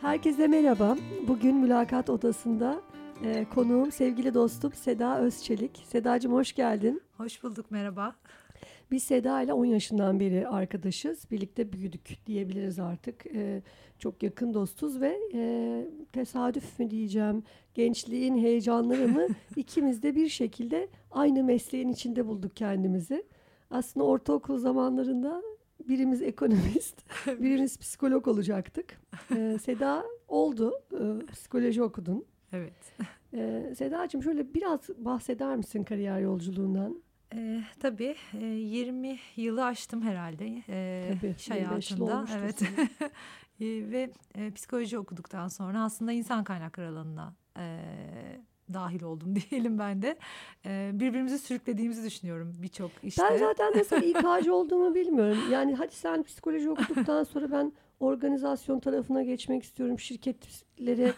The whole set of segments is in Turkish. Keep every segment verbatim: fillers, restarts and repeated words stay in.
Herkese merhaba. Bugün Mülakat Odası'nda e, konuğum sevgili dostum Seda Özçelik. Sedacığım hoş geldin. Hoş bulduk, merhaba. Biz Seda ile on yaşından beri arkadaşız. Birlikte büyüdük diyebiliriz artık. E, çok yakın dostuz ve e, tesadüf mü diyeceğim, gençliğin heyecanlarını ikimiz de bir şekilde aynı mesleğin içinde bulduk kendimizi. Aslında ortaokul zamanlarında birimiz ekonomist, birimiz psikolog olacaktık. Ee, Seda oldu, ee, psikoloji okudun. Evet. Ee, Sedacığım şöyle biraz bahseder misin kariyer yolculuğundan? Ee, tabii e, yirmi yılı aştım herhalde e, Tabii, iş hayatında. Evet. E, ve e, psikoloji okuduktan sonra aslında insan kaynakları alanına e, dahil oldum diyelim ben de. E, birbirimizi sürüklediğimizi düşünüyorum birçok işte. Ben zaten nasıl İK'cı olduğumu bilmiyorum. Yani hadi sen psikoloji okuduktan sonra ben organizasyon tarafına geçmek istiyorum. Şirketlere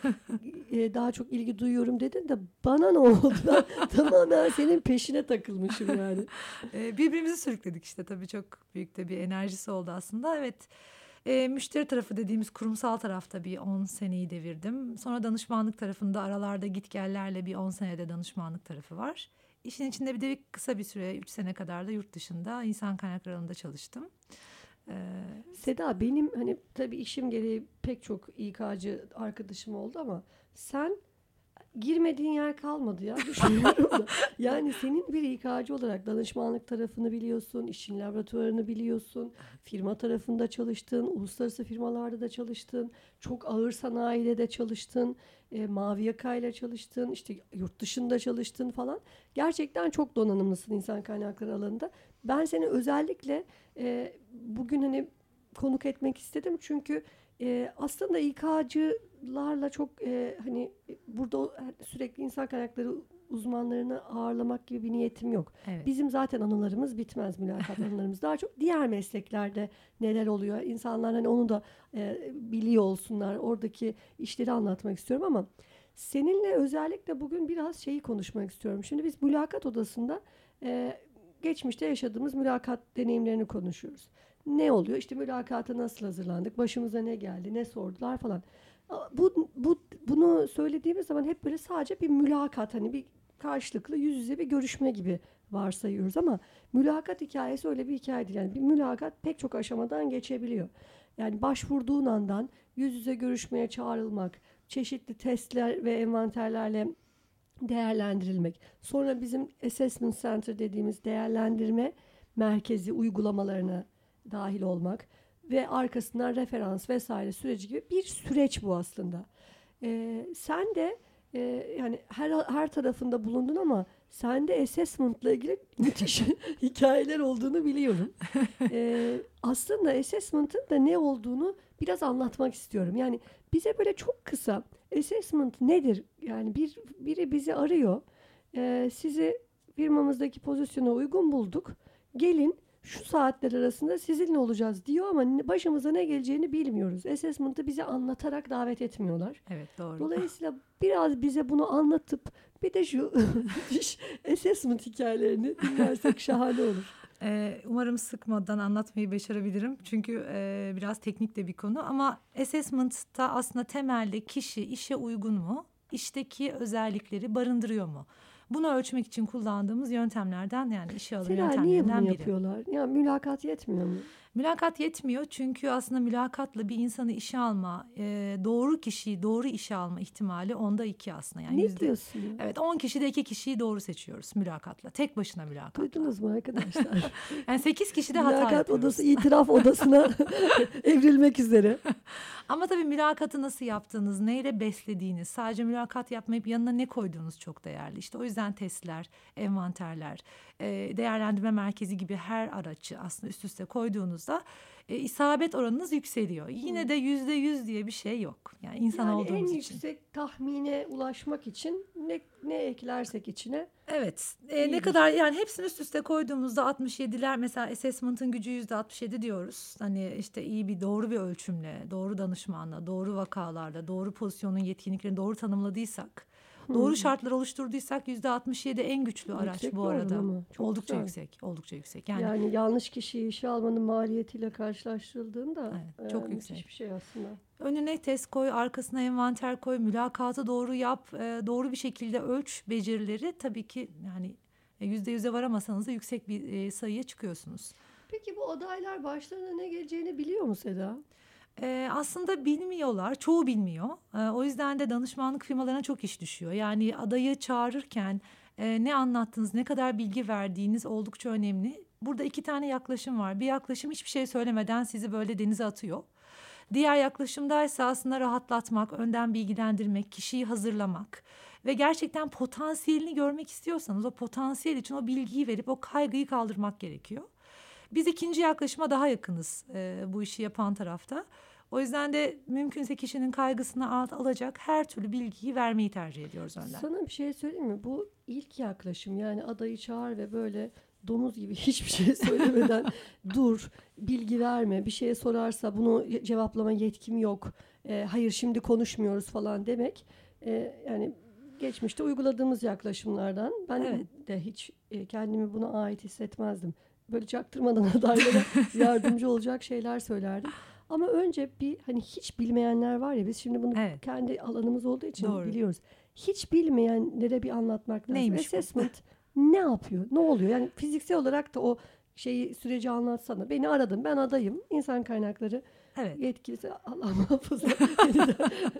e, daha çok ilgi duyuyorum dedin de bana ne oldu? Ben tamamen senin peşine takılmışım yani. E, birbirimizi sürükledik işte, tabii çok büyük de bir enerjisi oldu aslında. Evet. E, müşteri tarafı dediğimiz kurumsal tarafta bir on seneyi devirdim. Sonra danışmanlık tarafında aralarda gitgellerle bir on senede danışmanlık tarafı var. İşin içinde bir de bir kısa bir süre üç sene kadar da yurt dışında insan kaynakları alanında çalıştım. E, Seda benim hani tabii işim gereği pek çok İK'cı arkadaşım oldu ama sen girmediğin yer kalmadı ya düşünüyorum da. Yani senin bir İK'cı olarak danışmanlık tarafını biliyorsun, işin laboratuvarını biliyorsun, firma tarafında çalıştın, uluslararası firmalarda da çalıştın, çok ağır sanayide de çalıştın, e, Mavi Yaka'yla çalıştın, işte yurt dışında çalıştın falan. Gerçekten çok donanımlısın insan kaynakları alanında. Ben seni özellikle e, bugün hani konuk etmek istedim çünkü e, aslında İK'cılarla çok e, hani burada sürekli insan kaynakları uzmanlarını ağırlamak gibi bir niyetim yok. evet. Bizim zaten anılarımız bitmez, mülakat anılarımız. Daha çok diğer mesleklerde neler oluyor. İnsanlar hani onu da e, biliyor olsunlar. Oradaki işleri anlatmak istiyorum ama seninle özellikle bugün biraz şeyi konuşmak istiyorum. Şimdi biz mülakat odasında e, geçmişte yaşadığımız mülakat deneyimlerini konuşuyoruz. Ne oluyor? İşte mülakata nasıl hazırlandık? Başımıza ne geldi? Ne sordular falan. Bu, bu bunu söylediğimiz zaman hep böyle sadece bir mülakat, hani bir karşılıklı yüz yüze bir görüşme gibi varsayıyoruz ama mülakat hikayesi öyle bir hikaye değil. Yani bir mülakat pek çok aşamadan geçebiliyor. Yani başvurduğun andan yüz yüze görüşmeye çağrılmak, çeşitli testler ve envanterlerle değerlendirilmek. Sonra bizim assessment center dediğimiz değerlendirme merkezi uygulamalarına dahil olmak ve arkasından referans vesaire süreci gibi bir süreç bu aslında. Ee, sen de e, yani her her tarafında bulundun ama sende assessment'la ilgili müthiş hikayeler olduğunu biliyorum. Ee, aslında assessment'ın da ne olduğunu biraz anlatmak istiyorum. Yani bize böyle çok kısa assessment nedir? Yani bir biri bizi arıyor. Ee, sizi firmamızdaki pozisyona uygun bulduk. Gelin şu saatler arasında sizinle olacağız diyor ama başımıza ne geleceğini bilmiyoruz. Assessment'ı bize anlatarak davet etmiyorlar. Evet, doğru. Dolayısıyla biraz bize bunu anlatıp bir de şu assessment hikayelerini dinlersek şahane olur. Ee, umarım sıkmadan anlatmayı başarabilirim. Çünkü e, biraz teknik de bir konu. Ama assessment'ta aslında temelde kişi işe uygun mu? İşteki özellikleri barındırıyor mu? Bunu ölçmek için kullandığımız yöntemlerden, yani işe alım Sera, niye yöntemlerinden bunu biri. yapıyorlar? Ya mülakat yetmiyor mu? Mülakat yetmiyor çünkü aslında mülakatla bir insanı işe alma, e, doğru kişiyi doğru işe alma ihtimali onda iki aslında. Yani Ne yüzde, diyorsun ya? evet, on kişide iki kişiyi doğru seçiyoruz mülakatla. Tek başına mülakatla. Duydunuz mu arkadaşlar? Yani sekiz kişide hata Mülakat yapıyoruz. odası itiraf odasına evrilmek üzere. Ama tabii mülakatı nasıl yaptığınız, neyle beslediğiniz, sadece mülakat yapmayıp yanına ne koyduğunuz çok değerli. İşte o yüzden testler, envanterler, e, değerlendirme merkezi gibi her aracı aslında üst üste koyduğunuzda e, isabet oranınız yükseliyor. Yine de yüzde yüz diye bir şey yok. Yani insan Yani olduğumuz en için. yüksek tahmine ulaşmak için ne, ne eklersek içine. Evet. E, ne kadar, yani hepsini üst üste koyduğumuzda altmış yediler mesela, assessment'ın gücü yüzde altmış yedi diyoruz. Hani işte iyi bir doğru bir ölçümle, doğru danışmanla, doğru vakalarla, doğru pozisyonun yetkinliklerini doğru tanımladıysak Doğru şartlar oluşturduysak yüzde altmış yedi en güçlü araç Yüksek bu bir arada. oran ama. Çok Oldukça güzel. yüksek, oldukça yüksek. Yani, Yani yanlış kişiyi işe almanın maliyetiyle karşılaştırıldığında evet, e, çok müthiş yüksek. bir şey aslında. Önüne test koy, arkasına envanter koy, mülakatı doğru yap, e, doğru bir şekilde ölç becerileri tabii ki yani e, yüzde yüze varamasanız da yüksek bir e, sayıya çıkıyorsunuz. Peki bu adaylar başlarına ne geleceğini biliyor mu Seda? E, aslında bilmiyorlar, çoğu bilmiyor. E, o yüzden de danışmanlık firmalarına çok iş düşüyor. Yani adayı çağırırken e, ne anlattığınız, ne kadar bilgi verdiğiniz oldukça önemli. Burada iki tane yaklaşım var. Bir yaklaşım hiçbir şey söylemeden sizi böyle denize atıyor. Diğer yaklaşımdaysa aslında rahatlatmak, önden bilgilendirmek, kişiyi hazırlamak ve gerçekten potansiyelini görmek istiyorsanız o potansiyel için o bilgiyi verip o kaygıyı kaldırmak gerekiyor. Biz ikinci yaklaşıma daha yakınız e, bu işi yapan tarafta. O yüzden de mümkünse kişinin kaygısını al- alacak her türlü bilgiyi vermeyi tercih ediyoruz önden. Sana bir şey söyleyeyim mi? Bu ilk yaklaşım, yani adayı çağır ve böyle domuz gibi hiçbir şey söylemeden dur, bilgi verme, bir şeye sorarsa bunu cevaplama yetkim yok, e, hayır şimdi konuşmuyoruz falan demek. E, yani geçmişte uyguladığımız yaklaşımlardan ben Evet. de hiç e, kendimi buna ait hissetmezdim. Böyle çaktırmadan adaylara yardımcı olacak şeyler söylerdim. Ama önce bir, hani hiç bilmeyenler var ya, biz şimdi bunu Evet. kendi alanımız olduğu için Doğru. biliyoruz. Hiç bilmeyenlere bir anlatmak lazım. Neymiş bu? Assessment ne yapıyor? Ne oluyor? Yani fiziksel olarak da o şeyi, süreci anlatsana. Beni aradın, ben adayım. İnsan kaynakları Evet. yetkilisi, Allah muhafaza, beni de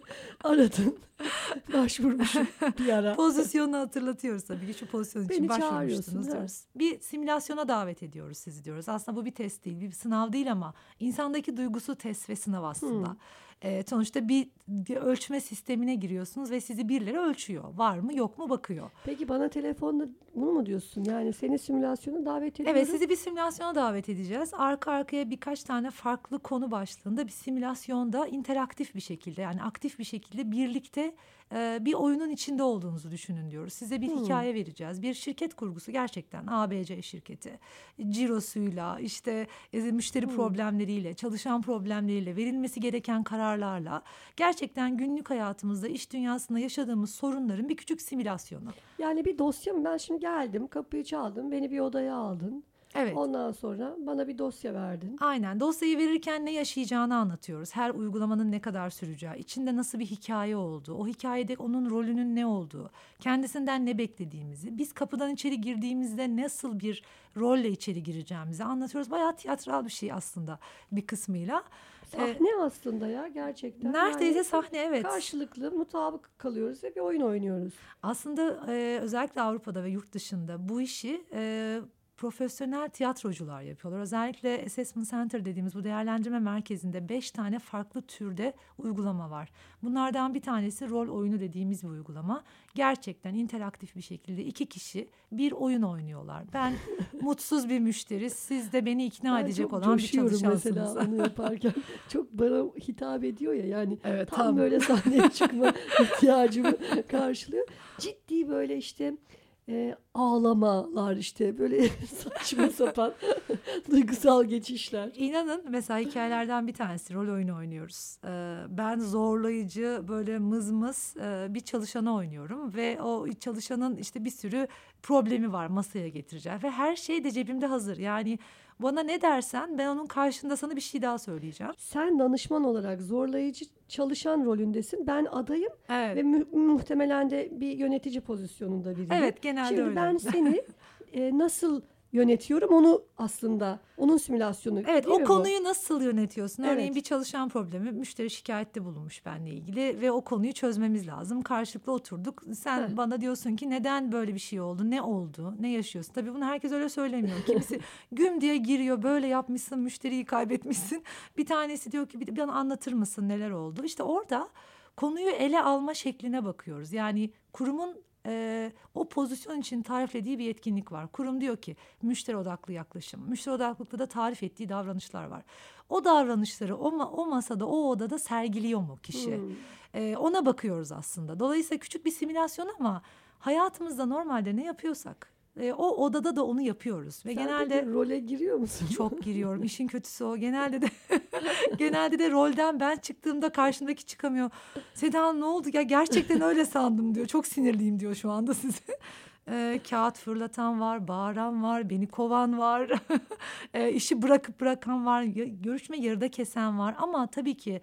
aradın. Başvurmuşum bir ara. Pozisyonu hatırlatıyoruz tabii ki, şu pozisyon için Beni başvurmuştunuz çağırıyorsun, ha. diyoruz. Bir simülasyona davet ediyoruz sizi diyoruz. Aslında bu bir test değil, bir sınav değil ama insandaki duygusu test ve sınav aslında. Hmm. Ee, sonuçta bir, bir ölçme sistemine giriyorsunuz ve sizi birileri ölçüyor. Var mı yok mu bakıyor. Peki bana telefonda bunu mu diyorsun? Yani seni simülasyona davet ediyorum. Evet, sizi bir simülasyona davet edeceğiz. Arka arkaya birkaç tane farklı konu başlığında bir simülasyonda interaktif bir şekilde, yani aktif bir şekilde birlikte e, bir oyunun içinde olduğunuzu düşünün diyoruz. Size bir Hmm. hikaye vereceğiz. Bir şirket kurgusu, gerçekten A B C şirketi. Cirosuyla, işte e, müşteri Hmm. problemleriyle, çalışan problemleriyle, verilmesi gereken kararlarla, gerçekten günlük hayatımızda, iş dünyasında yaşadığımız sorunların bir küçük simülasyonu. Yani bir dosya mı? Ben şimdi geldim, kapıyı çaldım, beni bir odaya aldın. Evet. Ondan sonra bana bir dosya verdin. Aynen, dosyayı verirken ne yaşayacağını anlatıyoruz. Her uygulamanın ne kadar süreceği, içinde nasıl bir hikaye olduğu, o hikayede onun rolünün ne olduğu, kendisinden ne beklediğimizi, biz kapıdan içeri girdiğimizde nasıl bir rolle içeri gireceğimizi anlatıyoruz. Bayağı tiyatral bir şey aslında bir kısmıyla. Sahne aslında ya, gerçekten. Neredeyse Yani sahne, evet. karşılıklı mutabık kalıyoruz ve bir oyun oynuyoruz. Aslında e, özellikle Avrupa'da ve yurt dışında bu işi e, profesyonel tiyatrocular yapıyorlar. Özellikle Assessment Center dediğimiz bu değerlendirme merkezinde beş tane farklı türde uygulama var. Bunlardan bir tanesi rol oyunu dediğimiz bir uygulama. Gerçekten interaktif bir şekilde iki kişi bir oyun oynuyorlar. Ben mutsuz bir müşteri, siz de beni ikna Ben edecek çok olan bir coşuyorum çalışansınız. mesela onu yaparken. Çok bana hitap ediyor ya, yani Evet, tam, tam. böyle sahneye çıkma ihtiyacımı karşılıyor. Ciddi böyle işte e, ağlamalar, işte böyle saçma sapan duygusal geçişler. İnanın, mesela hikayelerden bir tanesi, rol oyunu oynuyoruz. Ee, ben zorlayıcı, böyle mızmız e, bir çalışanı oynuyorum ve o çalışanın işte bir sürü problemi var, masaya getireceğim ve her şey de cebimde hazır. Yani bana ne dersen ben onun karşında sana bir şey daha söyleyeceğim. Sen danışman olarak zorlayıcı çalışan rolündesin. Ben adayım Evet. ve mu- muhtemelen de bir yönetici pozisyonunda biriyim. Evet, genelde Şimdi öyle. ben seni e, nasıl yönetiyorum, onu aslında, onun simülasyonu. Evet, değil o mi bu? konuyu nasıl yönetiyorsun? Örneğin Evet. bir çalışan problemi, müşteri şikayette bulunmuş benle ilgili ve o konuyu çözmemiz lazım. Karşılıklı oturduk. Sen Heh. bana diyorsun ki neden böyle bir şey oldu? Ne oldu? Ne yaşıyorsun? Tabii bunu herkes öyle söylemiyor. Kimisi güm diye giriyor. Böyle yapmışsın, müşteriyi kaybetmişsin. Bir tanesi diyor ki bir bana anlatır mısın neler oldu? İşte orada konuyu ele alma şekline bakıyoruz. Yani kurumun Ee, o pozisyon için tariflediği bir yetkinlik var. Kurum diyor ki müşteri odaklı yaklaşım. Müşteri odaklıkta da tarif ettiği davranışlar var. O davranışları o, ma- o masada, o odada sergiliyor mu kişi? Hmm. Ee, ona bakıyoruz aslında. Dolayısıyla küçük bir simülasyon ama hayatımızda normalde ne yapıyorsak e, o odada da onu yapıyoruz. Ve Sen genelde peki role giriyor musun? çok giriyorum. İşin kötüsü o. Genelde de Genelde de rolden ben çıktığımda karşımdaki çıkamıyor. Seda ne oldu ya, gerçekten öyle sandım diyor. Çok sinirliyim diyor şu anda size. E, kağıt fırlatan var, bağıran var, beni kovan var. e, işi bırakıp bırakan var, görüşme yarıda kesen var. Ama tabii ki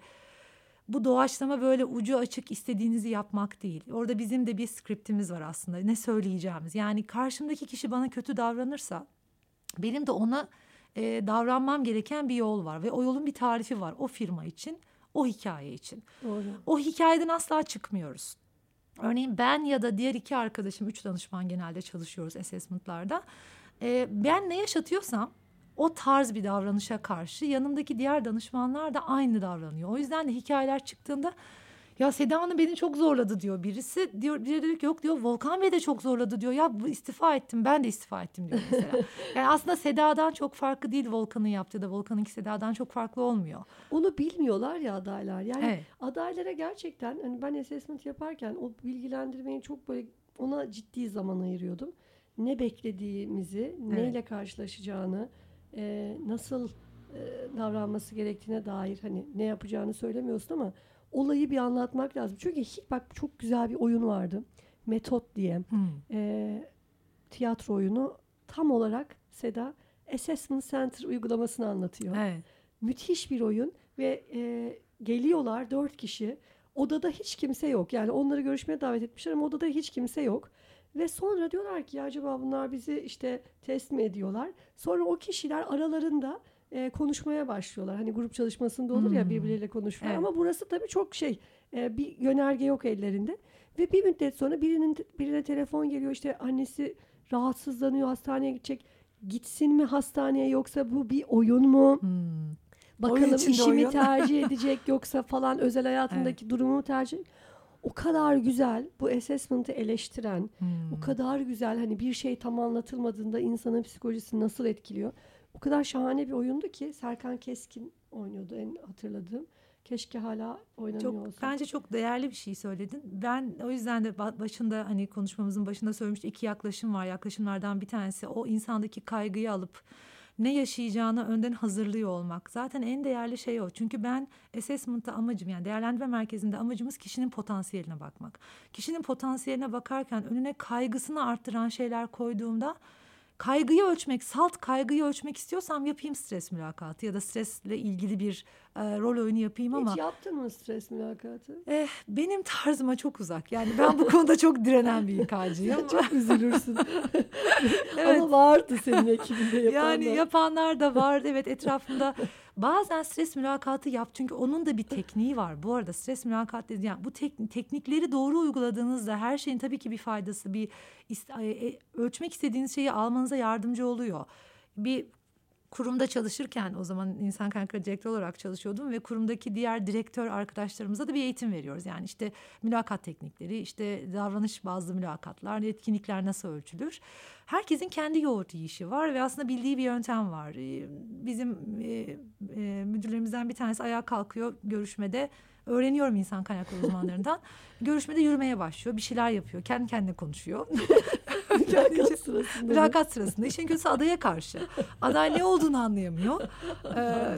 bu doğaçlama böyle ucu açık istediğinizi yapmak değil. Orada bizim de bir skriptimiz var aslında. Ne söyleyeceğimiz. Yani karşımdaki kişi bana kötü davranırsa benim de ona e, davranmam gereken bir yol var. Ve o yolun bir tarifi var o firma için, o hikaye için. Doğru. O hikayeden asla çıkmıyoruz. Örneğin ben ya da diğer iki arkadaşım, üç danışman genelde çalışıyoruz assessment'larda. E, ben ne yaşatıyorsam o tarz bir davranışa karşı yanımdaki diğer danışmanlar da aynı davranıyor. O yüzden de hikayeler çıktığında ya Seda Hanım beni çok zorladı diyor birisi. Diyor, biri diyor ki yok diyor Volkan Bey de çok zorladı diyor. Ya bu istifa ettim, ben de istifa ettim diyor mesela. Yani aslında Seda'dan çok farklı değil Volkan'ın yaptığı da, Volkan'ınki Seda'dan çok farklı olmuyor. Onu bilmiyorlar ya adaylar. Yani Evet. adaylara gerçekten hani ben assessment yaparken o bilgilendirmeyi çok böyle ona ciddi zaman ayırıyordum. Ne beklediğimizi, neyle karşılaşacağını, e, nasıl e, davranması gerektiğine dair hani ne yapacağını söylemiyorsun ama olayı bir anlatmak lazım. Çünkü hiç, bak çok güzel bir oyun vardı. Metot diye. Hmm. E, tiyatro oyunu tam olarak Seda Assessment Center uygulamasını anlatıyor. Evet. Müthiş bir oyun ve e, geliyorlar dört kişi. Odada hiç kimse yok. Yani onları görüşmeye davet etmişler ama odada hiç kimse yok. Ve sonra diyorlar ki ya acaba bunlar bizi işte test mi ediyorlar? Sonra o kişiler aralarında e, konuşmaya başlıyorlar. Hani grup çalışmasında olur ya Hmm. birbirleriyle konuşuyorlar. Evet. Ama burası tabii çok şey e, bir yönerge yok ellerinde. Ve bir müddet sonra birinin birine telefon geliyor, işte annesi rahatsızlanıyor, hastaneye gidecek. Gitsin mi hastaneye yoksa bu bir oyun mu? Hmm. Bakalım Oyun içinde işimi oyun. tercih edecek yoksa falan özel hayatındaki durumu mu tercih. O kadar güzel bu assessment'ı eleştiren, Hmm. o kadar güzel hani bir şey tam anlatılmadığında insanın psikolojisini nasıl etkiliyor. O kadar şahane bir oyundu ki Serkan Keskin oynuyordu en hatırladığım. Keşke hala oynanıyor Çok, olsa. bence çok değerli bir şey söyledin. Ben o yüzden de ba- başında hani konuşmamızın başında söylemiştim, iki yaklaşım var. Yaklaşımlardan bir tanesi o insandaki kaygıyı alıp ne yaşayacağını önden hazırlıyor olmak. Zaten en değerli şey o. Çünkü ben assessment'ta amacım, yani değerlendirme merkezinde amacımız kişinin potansiyeline bakmak. Kişinin potansiyeline bakarken önüne kaygısını arttıran şeyler koyduğumda kaygıyı ölçmek, salt kaygıyı ölçmek istiyorsam yapayım stres mülakatı ya da stresle ilgili bir e, rol oyunu yapayım ama Hiç yaptın mı stres mülakatı? eh, benim tarzıma çok uzak. Yani ben bu konuda çok direnen bir İK'cıyım. Çok üzülürsün. Evet. Ama vardı senin ekibinde yapanlar. Yani yapanlar da vardı, evet, etrafımda. Bazen stres mülakatı yap, çünkü onun da bir tekniği var. Bu arada stres mülakatı dedi, yani bu tek, teknikleri doğru uyguladığınızda her şeyin tabii ki bir faydası, bir ist- e, e, ölçmek istediğiniz şeyi almanıza yardımcı oluyor. Bir kurumda çalışırken, o zaman insan kaynakları direktörü olarak çalışıyordum ve kurumdaki diğer direktör arkadaşlarımıza da bir eğitim veriyoruz. Yani işte mülakat teknikleri, işte davranış bazlı mülakatlar, etkinlikler nasıl ölçülür? Herkesin kendi yoğurt yiyişi var ve aslında bildiği bir yöntem var. Ee, Bizim e, e, müdürlerimizden bir tanesi ayağa kalkıyor görüşmede. Öğreniyorum insan kaynakları uzmanlarından. Görüşmede yürümeye başlıyor, bir şeyler yapıyor, kendi kendine konuşuyor. Mülakat sırasında. Mülakat sırasında. İşin kötüsü adaya karşı. Aday ne olduğunu anlayamıyor. Ee,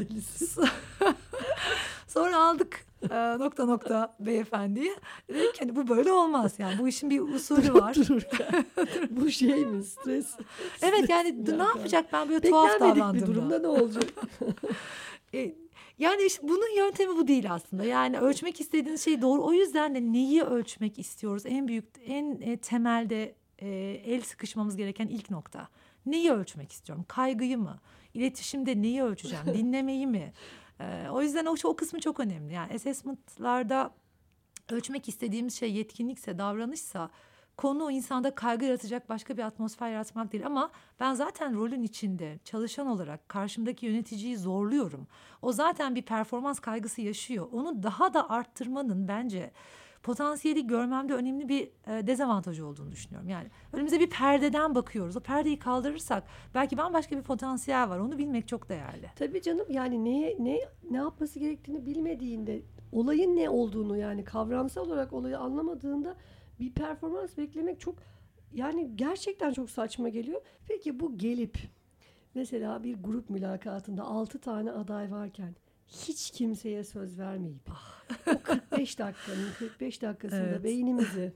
sonra aldık e, nokta nokta beyefendiyi. Dedik ki hani bu böyle olmaz, yani bu işin bir usulü var. Dururken. Bu şey mi stres? Evet, yani Stres ne mülakatı. yapacak, ben böyle tuhaf Beklenmedik davrandım. bir durumda ne olacak? E, yani işte bunun yöntemi bu değil aslında. Yani ölçmek istediğiniz şey doğru. O yüzden de neyi ölçmek istiyoruz? En büyük, en e, temelde e, el sıkışmamız gereken ilk nokta. Neyi ölçmek istiyorum? Kaygıyı mı? İletişimde neyi ölçeceğim? Dinlemeyi mi? E, o yüzden o, o kısmı çok önemli. Yani assessment'larda ölçmek istediğimiz şey yetkinlikse, davranışsa, konu o insanda kaygı yaratacak başka bir atmosfer yaratmak değil. Ama ben zaten rolün içinde çalışan olarak karşımdaki yöneticiyi zorluyorum. O zaten bir performans kaygısı yaşıyor. Onu daha da arttırmanın bence potansiyeli görmemde önemli bir e, dezavantajı olduğunu düşünüyorum. Yani önümüze bir perdeden bakıyoruz. O perdeyi kaldırırsak belki bambaşka bir potansiyel var. Onu bilmek çok değerli. Tabii canım, yani neye, ne ne yapması gerektiğini bilmediğinde, olayın ne olduğunu, yani kavramsal olarak olayı anlamadığında bir performans beklemek çok, yani gerçekten çok saçma geliyor. Peki bu gelip mesela bir grup mülakatında altı tane aday varken hiç kimseye söz vermeyip o kırk beş dakikanın kırk beş dakikasında Evet. beynimizi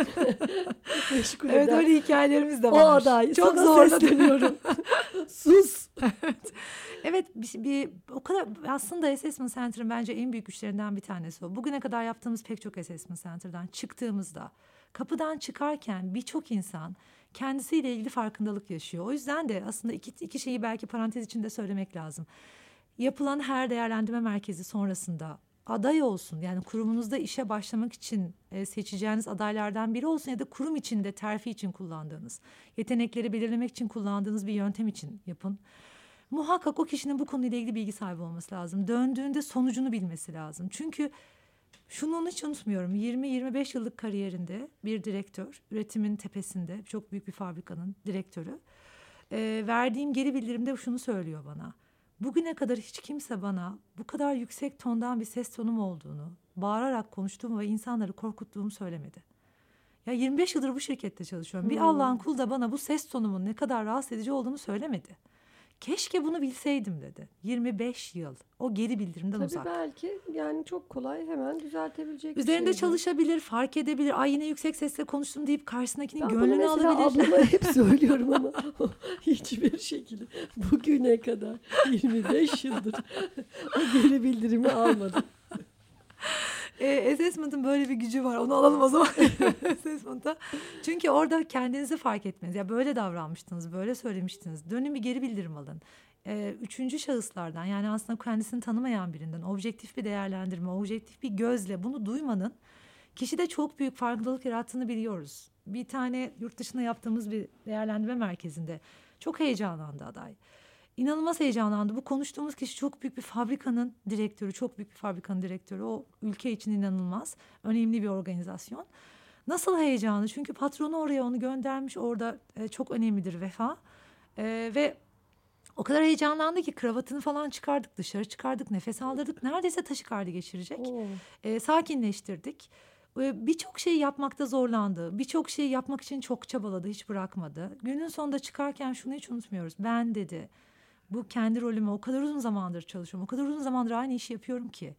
meşgul Evet, eden öyle hikayelerimiz de o var. aday Çok sana zorladı. sesleniyorum. Sus. Evet. Evet, bir, bir o kadar aslında Assessment Center'ın bence en büyük güçlerinden bir tanesi o. Bugüne kadar yaptığımız pek çok Assessment Center'dan çıktığımızda kapıdan çıkarken birçok insan kendisiyle ilgili farkındalık yaşıyor. O yüzden de aslında iki, iki şeyi belki parantez içinde söylemek lazım. Yapılan her değerlendirme merkezi sonrasında aday olsun, yani kurumunuzda işe başlamak için e, seçeceğiniz adaylardan biri olsun ya da kurum içinde terfi için kullandığınız, yetenekleri belirlemek için kullandığınız bir yöntem için yapın. Muhakkak o kişinin bu konuyla ilgili bilgi sahibi olması lazım. Döndüğünde sonucunu bilmesi lazım. Çünkü şunu hiç unutmuyorum. yirmi yirmi beş yıllık kariyerinde bir direktör, üretimin tepesinde çok büyük bir fabrikanın direktörü. E, verdiğim geri bildirimde şunu söylüyor bana. Bugüne kadar hiç kimse bana bu kadar yüksek tondan bir ses tonum olduğunu, bağırarak konuştuğumu ve insanları korkuttuğumu söylemedi. Ya yirmi beş yıldır bu şirkette çalışıyorum. Bir Hmm. Allah'ın kulu da bana bu ses tonumun ne kadar rahatsız edici olduğunu söylemedi. Keşke bunu bilseydim dedi. yirmi beş yıl o geri bildirimden Tabii uzak. belki yani çok kolay hemen düzeltebilecek bir Üzerinde şey. çalışabilir, fark edebilir. Ay yine yüksek sesle konuştum deyip karşısındakinin Ben bunu gönlünü mesela alabilir. ablama hep söylüyorum ama hiçbir şekilde bugüne kadar yirmi beş yıldır o geri bildirimi almadım. E, Assessment'ın böyle bir gücü var. Onu alalım o zaman. Assessment'a. Çünkü orada kendinizi fark etmeniz. Ya böyle davranmıştınız, böyle söylemiştiniz. Dönün bir geri bildirim alın. E, üçüncü şahıslardan, yani aslında kendisini tanımayan birinden objektif bir değerlendirme, objektif bir gözle bunu duymanın kişide çok büyük farkındalık yarattığını biliyoruz. Bir tane yurt dışında yaptığımız bir değerlendirme merkezinde çok heyecanlandı aday. İnanılmaz heyecanlandı. Bu konuştuğumuz kişi çok büyük bir fabrikanın direktörü, çok büyük bir fabrikanın direktörü. O ülke için inanılmaz önemli bir organizasyon. Nasıl heyecanlı? Çünkü patronu oraya onu göndermiş. Orada e, çok önemlidir vefa. E, ve o kadar heyecanlandı ki kravatını falan çıkardık, dışarı çıkardık, nefes aldırdık. Neredeyse taşikardi geçirecek. Oo. E, sakinleştirdik. E, birçok şeyi yapmakta zorlandı. Birçok şeyi yapmak için çok çabaladı, hiç bırakmadı. Günün sonunda çıkarken şunu hiç unutmuyoruz. Ben dedi, bu kendi rolüme o kadar uzun zamandır çalışıyorum. O kadar uzun zamandır aynı işi yapıyorum ki.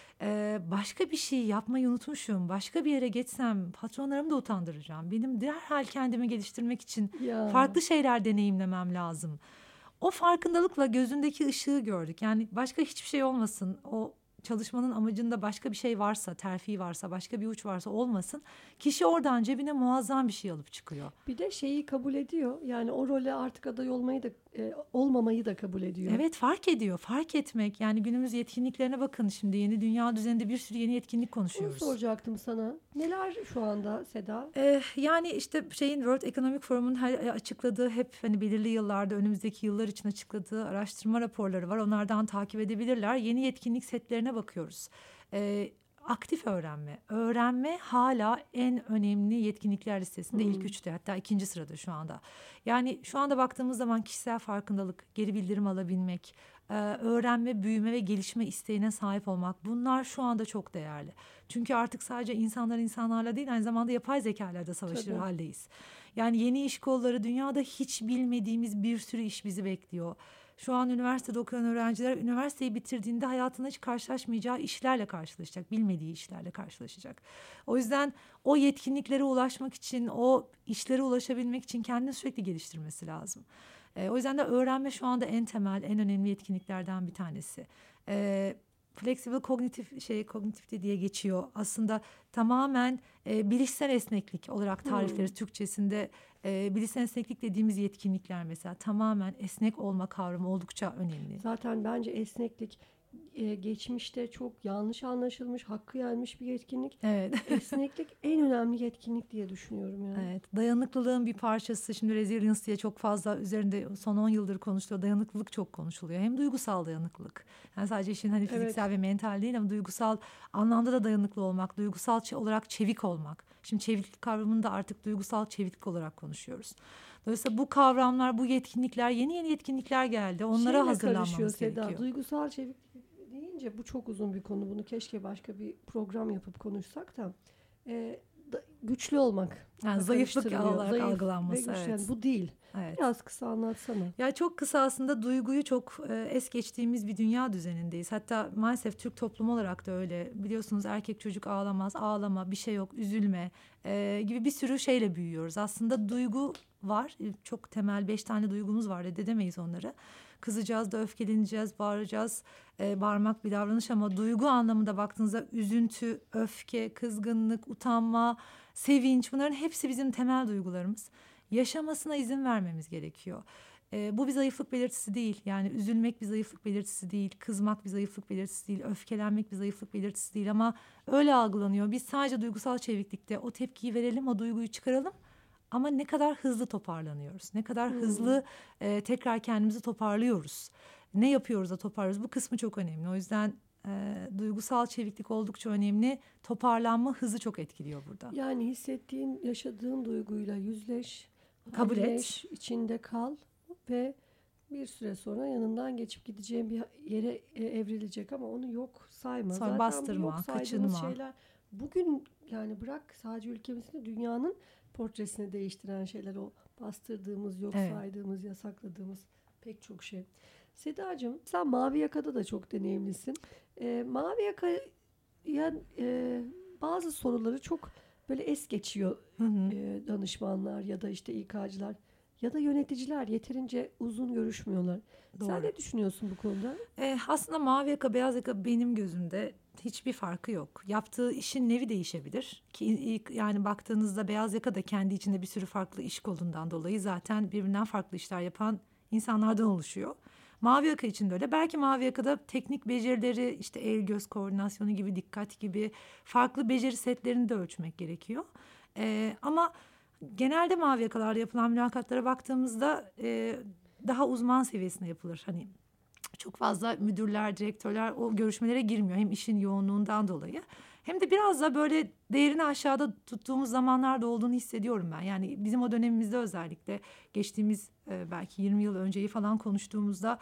Ee, başka bir şey yapmayı unutmuşum. Başka bir yere geçsem patronlarımı da utandıracağım. Benim derhal kendimi geliştirmek için Ya. farklı şeyler deneyimlemem lazım. O farkındalıkla gözündeki ışığı gördük. Yani başka hiçbir şey olmasın. O çalışmanın amacında başka bir şey varsa, terfi varsa, başka bir uç varsa olmasın. Kişi oradan cebine muazzam bir şey alıp çıkıyor. Bir de şeyi kabul ediyor. Yani o role artık aday olmayı da e, olmamayı da kabul ediyor. Evet, fark ediyor. Fark etmek. Yani günümüz yetkinliklerine bakın şimdi. Yeni dünya düzeninde bir sürü yeni yetkinlik Bunu konuşuyoruz. soracaktım sana. Neler şu anda Seda? Ee, yani işte şeyin World Economic Forum'un her açıkladığı, hep hani belirli yıllarda, önümüzdeki yıllar için açıkladığı araştırma raporları var. Onlardan takip edebilirler. Yeni yetkinlik setlerine bakıyoruz. Ee, aktif öğrenme. Öğrenme hala en önemli yetkinlikler listesinde Hmm. ilk üçte, hatta ikinci sırada şu anda. Yani şu anda baktığımız zaman kişisel farkındalık, geri bildirim alabilmek, e, öğrenme, büyüme ve gelişme isteğine sahip olmak, bunlar şu anda çok değerli. Çünkü artık sadece insanlar insanlarla değil, aynı zamanda yapay zekalarla savaşır Tabii. haldeyiz. Yani yeni iş kolları, dünyada hiç bilmediğimiz bir sürü iş bizi bekliyor. Şu an üniversitede okuyan öğrenciler üniversiteyi bitirdiğinde hayatında hiç karşılaşmayacağı işlerle karşılaşacak, bilmediği işlerle karşılaşacak. O yüzden o yetkinliklere ulaşmak için, o işlere ulaşabilmek için kendini sürekli geliştirmesi lazım. E, o yüzden de öğrenme şu anda en temel, en önemli yetkinliklerden bir tanesi. E, Flexible kognitif şey kognitif diye geçiyor. Aslında tamamen e, bilişsel esneklik olarak tarif ederiz. Hmm. Türkçesinde e, bilişsel esneklik dediğimiz yetkinlikler mesela tamamen esnek olma kavramı oldukça önemli. Zaten bence esneklik e, geçmişte çok yanlış anlaşılmış, hakkı yenmiş bir yetkinlik. Evet. Esneklik en önemli yetkinlik diye düşünüyorum yani. Evet, dayanıklılığın bir parçası. Şimdi resilience diye çok fazla üzerinde son on yıldır konuşuluyor. Dayanıklılık çok konuşuluyor. Hem duygusal dayanıklılık. Yani sadece işin hani fiziksel Evet. ve mental değil ama duygusal anlamda da dayanıklı olmak, duygusal çe- olarak çevik olmak. Şimdi çeviklik kavramını da artık duygusal çeviklik olarak konuşuyoruz. Dolayısıyla bu kavramlar, bu yetkinlikler, yeni yeni yetkinlikler geldi. Onlara Şeyle hazırlanmamız karışıyor Seda. gerekiyor. Duygusal çeviklik deyince bu çok uzun bir konu. Bunu keşke başka bir program yapıp konuşsak da. E, da- güçlü olmak. Yani zayıflık karıştırılıyor. olarak Zayıf ve algılanması. güçlü. Evet. Yani bu değil. Evet. Biraz kısa anlatsana. Ya çok kısa aslında duyguyu çok e, es geçtiğimiz bir dünya düzenindeyiz. Hatta maalesef Türk toplumu olarak da öyle. Biliyorsunuz erkek çocuk ağlamaz, ağlama, bir şey yok, üzülme e, gibi bir sürü şeyle büyüyoruz. Aslında duygu var. E, Çok temel beş tane duygumuz var. Reddedemeyiz onları. Kızacağız da öfkeleneceğiz, bağıracağız. E, bağırmak bir davranış ama duygu anlamında baktığınızda üzüntü, öfke, kızgınlık, utanma, sevinç, bunların hepsi bizim temel duygularımız. Yaşamasına izin vermemiz gerekiyor. Ee, bu bir zayıflık belirtisi değil. Yani üzülmek bir zayıflık belirtisi değil. Kızmak bir zayıflık belirtisi değil. Öfkelenmek bir zayıflık belirtisi değil. Ama öyle algılanıyor. Biz sadece duygusal çeviklikte o tepkiyi verelim, o duyguyu çıkaralım. Ama ne kadar hızlı toparlanıyoruz. Ne kadar Hmm. hızlı e, tekrar kendimizi toparlıyoruz. Ne yapıyoruz da toparlıyoruz. Bu kısmı çok önemli. O yüzden e, duygusal çeviklik oldukça önemli. Toparlanma hızı çok etkiliyor burada. Yani hissettiğin, yaşadığın duyguyla yüzleş, Kabul et. halleş, içinde kal ve bir süre sonra yanından geçip gideceğin bir yere e, evrilecek ama onu yok sayma. Sonra Zaten bastırma, bu yok saydığımız kaçınma. şeyler bugün, yani bırak sadece ülkemizde, dünyanın portresini değiştiren şeyler, o bastırdığımız, yok Evet. saydığımız, yasakladığımız pek çok şey. Sedacığım, sen Mavi Yaka'da da çok deneyimlisin. Ee, Mavi Yaka'ya e, bazı soruları çok böyle es geçiyor Hı hı. e, danışmanlar ya da işte İK'cılar ya da yöneticiler, yeterince uzun görüşmüyorlar. Sen Doğru. ne düşünüyorsun bu konuda? E, aslında mavi yaka, beyaz yaka benim gözümde hiçbir farkı yok. Yaptığı işin nevi değişebilir. Ki ilk, yani baktığınızda beyaz yaka da kendi içinde bir sürü farklı iş kolundan dolayı zaten birbirinden farklı işler yapan insanlardan oluşuyor. Mavi yaka için de öyle. Belki mavi yakada teknik becerileri, işte el göz koordinasyonu gibi, dikkat gibi farklı beceri setlerini de ölçmek gerekiyor. E, ama genelde mavi yakalarda yapılan mülakatlara baktığımızda e, daha uzman seviyesinde yapılır. Hani çok fazla müdürler, direktörler o görüşmelere girmiyor. Hem işin yoğunluğundan dolayı hem de biraz da böyle değerini aşağıda tuttuğumuz zamanlarda olduğunu hissediyorum ben. Yani bizim o dönemimizde, özellikle geçtiğimiz e, belki yirmi yıl önceyi falan konuştuğumuzda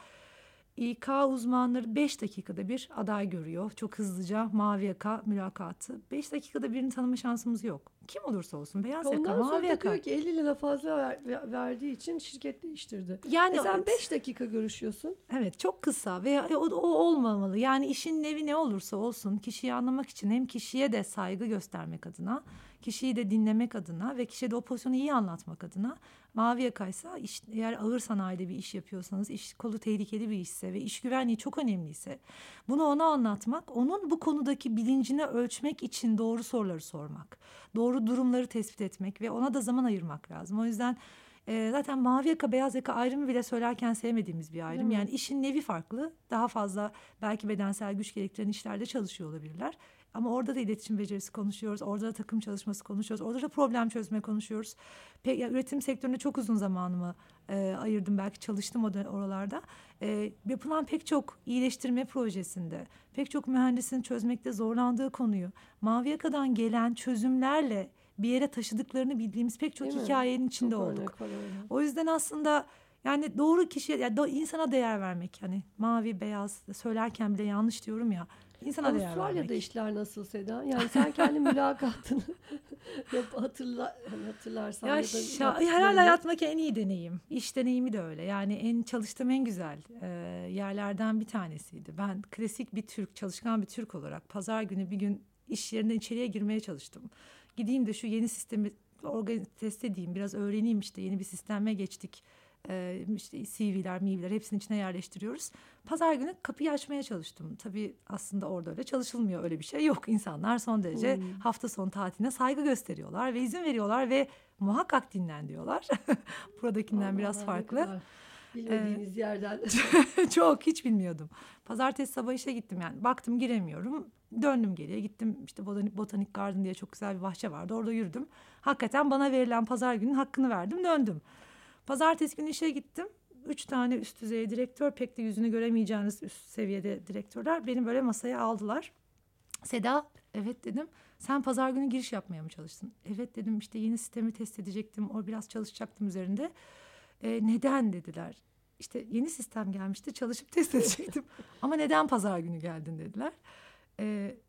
İK uzmanları beş dakikada bir aday görüyor. Çok hızlıca mavi yaka mülakatı. beş dakikada birini tanıma şansımız yok. Kim olursa olsun, beyaz yaka, Ondan sonra mavi da yaka. diyor ki elli lira fazla ver- ver- verdiği için şirket değiştirdi. Yani E sen evet. beş dakika görüşüyorsun. Evet, çok kısa ve o, o olmamalı. Yani işin nevi ne olursa olsun, kişiyi anlamak için hem kişiye de saygı göstermek adına, kişiyi de dinlemek adına ve kişiye de o pozisyonu iyi anlatmak adına, mavi yakaysa, iş, eğer ağır sanayide bir iş yapıyorsanız, iş kolu tehlikeli bir işse ve iş güvenliği çok önemliyse, bunu ona anlatmak, onun bu konudaki bilincini ölçmek için doğru soruları sormak, doğru durumları tespit etmek ve ona da zaman ayırmak lazım. O yüzden e, zaten mavi yaka, beyaz yaka ayrımı bile söylerken sevmediğimiz bir ayrım. Değil mi? Yani işin nevi farklı. Daha fazla belki bedensel güç gerektiren işlerde çalışıyor olabilirler. Ama orada da iletişim becerisi konuşuyoruz. Orada da takım çalışması konuşuyoruz. Orada da problem çözme konuşuyoruz. Pe- ya, üretim sektöründe çok uzun zamanımı e, ayırdım. Belki çalıştım o dön- oralarda. E, yapılan pek çok iyileştirme projesinde, pek çok mühendisin çözmekte zorlandığı konuyu mavi yakadan gelen çözümlerle bir yere taşıdıklarını bildiğimiz pek çok Değil mi? hikayenin içinde Çok olduk. örnek var öyle. O yüzden aslında yani doğru kişiye, yani do- insana değer vermek, hani mavi beyaz söylerken bile yanlış diyorum ya, insana değer Avustralya'da vermek. işler nasıl Seda? Yani sen kendi mülakatını yap, hatırla, hani hatırlarsan Ya ya da şa- yaptıklarını. herhalde hayatımdaki en iyi deneyim. İş deneyimi de öyle. Yani en çalıştığım en güzel e, yerlerden bir tanesiydi. Ben klasik bir Türk, çalışkan bir Türk olarak pazar günü bir gün iş yerinden içeriye girmeye çalıştım. Gideyim de şu yeni sistemi organize test edeyim, biraz öğreneyim, işte yeni bir sisteme geçtik. Ee, işte C V'ler, M V'ler hepsinin içine yerleştiriyoruz. Pazar günü kapıyı açmaya çalıştım. Tabii aslında orada öyle çalışılmıyor, öyle bir şey yok. İnsanlar son derece Hmm. hafta sonu tatiline saygı gösteriyorlar ve izin veriyorlar ve muhakkak dinlen diyorlar. Buradakinden Allah biraz Allah, ne farklı. kadar bilmediğiniz yerden. Çok, hiç bilmiyordum. Pazartesi sabah işe gittim yani. Baktım giremiyorum. Döndüm geriye, gittim işte Botanik, Botanik Garden diye çok güzel bir bahçe vardı. Orada yürüdüm. Hakikaten bana verilen pazar günün hakkını verdim, döndüm. Pazartesi günü işe gittim. Üç tane üst düzey direktör, pek de yüzünü göremeyeceğiniz üst seviyede direktörler beni böyle masaya aldılar. Seda, evet dedim. Sen pazar günü giriş yapmaya mı çalıştın? Evet dedim, işte yeni sistemi test edecektim. O biraz çalışacaktım üzerinde. E, neden dediler. İşte yeni sistem gelmişti, çalışıp test edecektim. Ama neden pazar günü geldin dediler. E,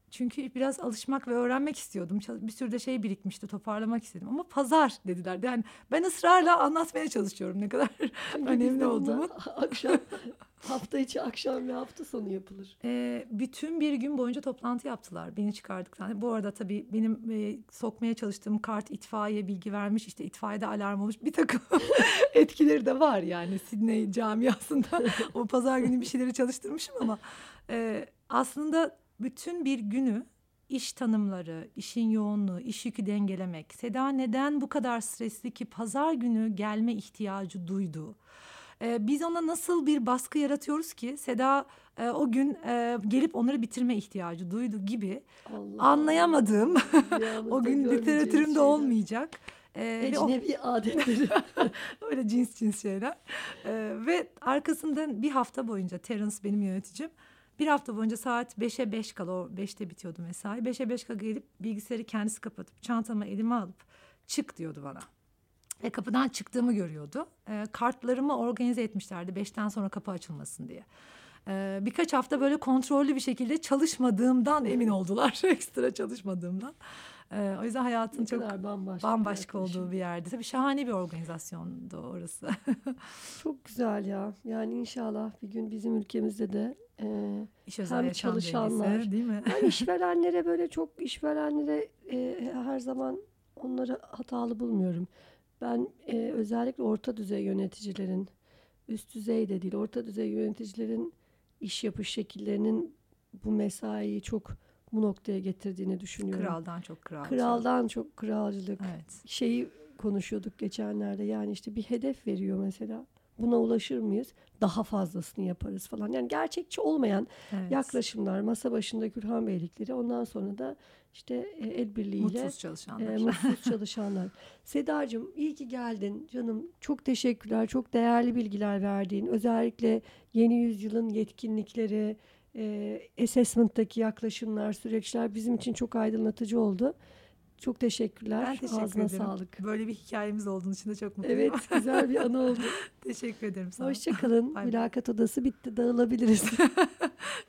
Çünkü biraz alışmak ve öğrenmek istiyordum. Bir sürü de şey birikmişti, toparlamak istedim. Ama pazar dediler. Yani ben ısrarla anlatmaya çalışıyorum ne kadar önemli olduğumu. Akşam, hafta içi akşam ve hafta sonu yapılır. Ee, bütün bir gün boyunca toplantı yaptılar beni çıkardıktan. Bu arada tabii benim e, sokmaya çalıştığım kart itfaiye bilgi vermiş. İşte itfaiyede alarm olmuş. Bir takım etkileri de var yani Sydney camiasında. O pazar günü bir şeyleri çalıştırmışım ama e, aslında bütün bir günü iş tanımları, işin yoğunluğu, iş yükü dengelemek. Seda neden bu kadar stresli ki pazar günü gelme ihtiyacı duydu? Ee, biz ona nasıl bir baskı yaratıyoruz ki Seda e, o gün e, gelip onları bitirme ihtiyacı duydu gibi Allah anlayamadığım Allah. o gün literatürümde olmayacak. Ee, Ecnebi o... adetleri. Öyle cins cins şeyler. Ee, ve arkasından bir hafta boyunca Terence benim yöneticim. Bir hafta boyunca saat beşe beş kala, o beşte bitiyordu mesai. beşe beş kala gelip bilgisayarı kendisi kapatıp çantamı elime alıp çık diyordu bana. Ve kapıdan çıktığımı görüyordu. E, kartlarımı organize etmişlerdi beşten sonra kapı açılmasın diye. E, birkaç hafta böyle kontrollü bir şekilde çalışmadığımdan emin oldular. Ekstra çalışmadığımdan. E, o yüzden hayatın Ne çok bambaşka, bambaşka olduğu bir yerdi. Tabii şahane bir organizasyondu orası. Çok güzel ya. Yani inşallah bir gün bizim ülkemizde de e, İş özel hem yaşam çalışanlar, dengesi, değil mi? yani işverenlere böyle çok işverenlere e, her zaman onları hatalı bulmuyorum. Ben e, özellikle orta düzey yöneticilerin, üst düzey de değil, orta düzey yöneticilerin iş yapış şekillerinin bu mesaiyi çok bu noktaya getirdiğini düşünüyorum. Kraldan çok kralcılık. Kraldan çok kralcılık. Evet. Şeyi konuşuyorduk geçenlerde, yani işte bir hedef veriyor mesela. Buna ulaşır mıyız? Daha fazlasını yaparız falan. Yani gerçekçi olmayan Evet. yaklaşımlar, masa başında Gülhan Beylikleri, ondan sonra da işte e, el birliğiyle Mutsuz çalışanlar. e, mutsuz çalışanlar. Sedacığım iyi ki geldin canım. Çok teşekkürler. Çok değerli bilgiler verdiğin. Özellikle yeni yüzyılın yetkinlikleri, e, assessment'taki yaklaşımlar, süreçler bizim için çok aydınlatıcı oldu. Çok teşekkürler. Ben teşekkür Ağzına ederim. sağlık. Böyle bir hikayemiz olduğunu için de çok mutluyum. Evet, güzel bir anı oldu. Teşekkür ederim sana. Hoşça kalın. Bay bay. Mülakat odası bitti. Dağılabiliriz.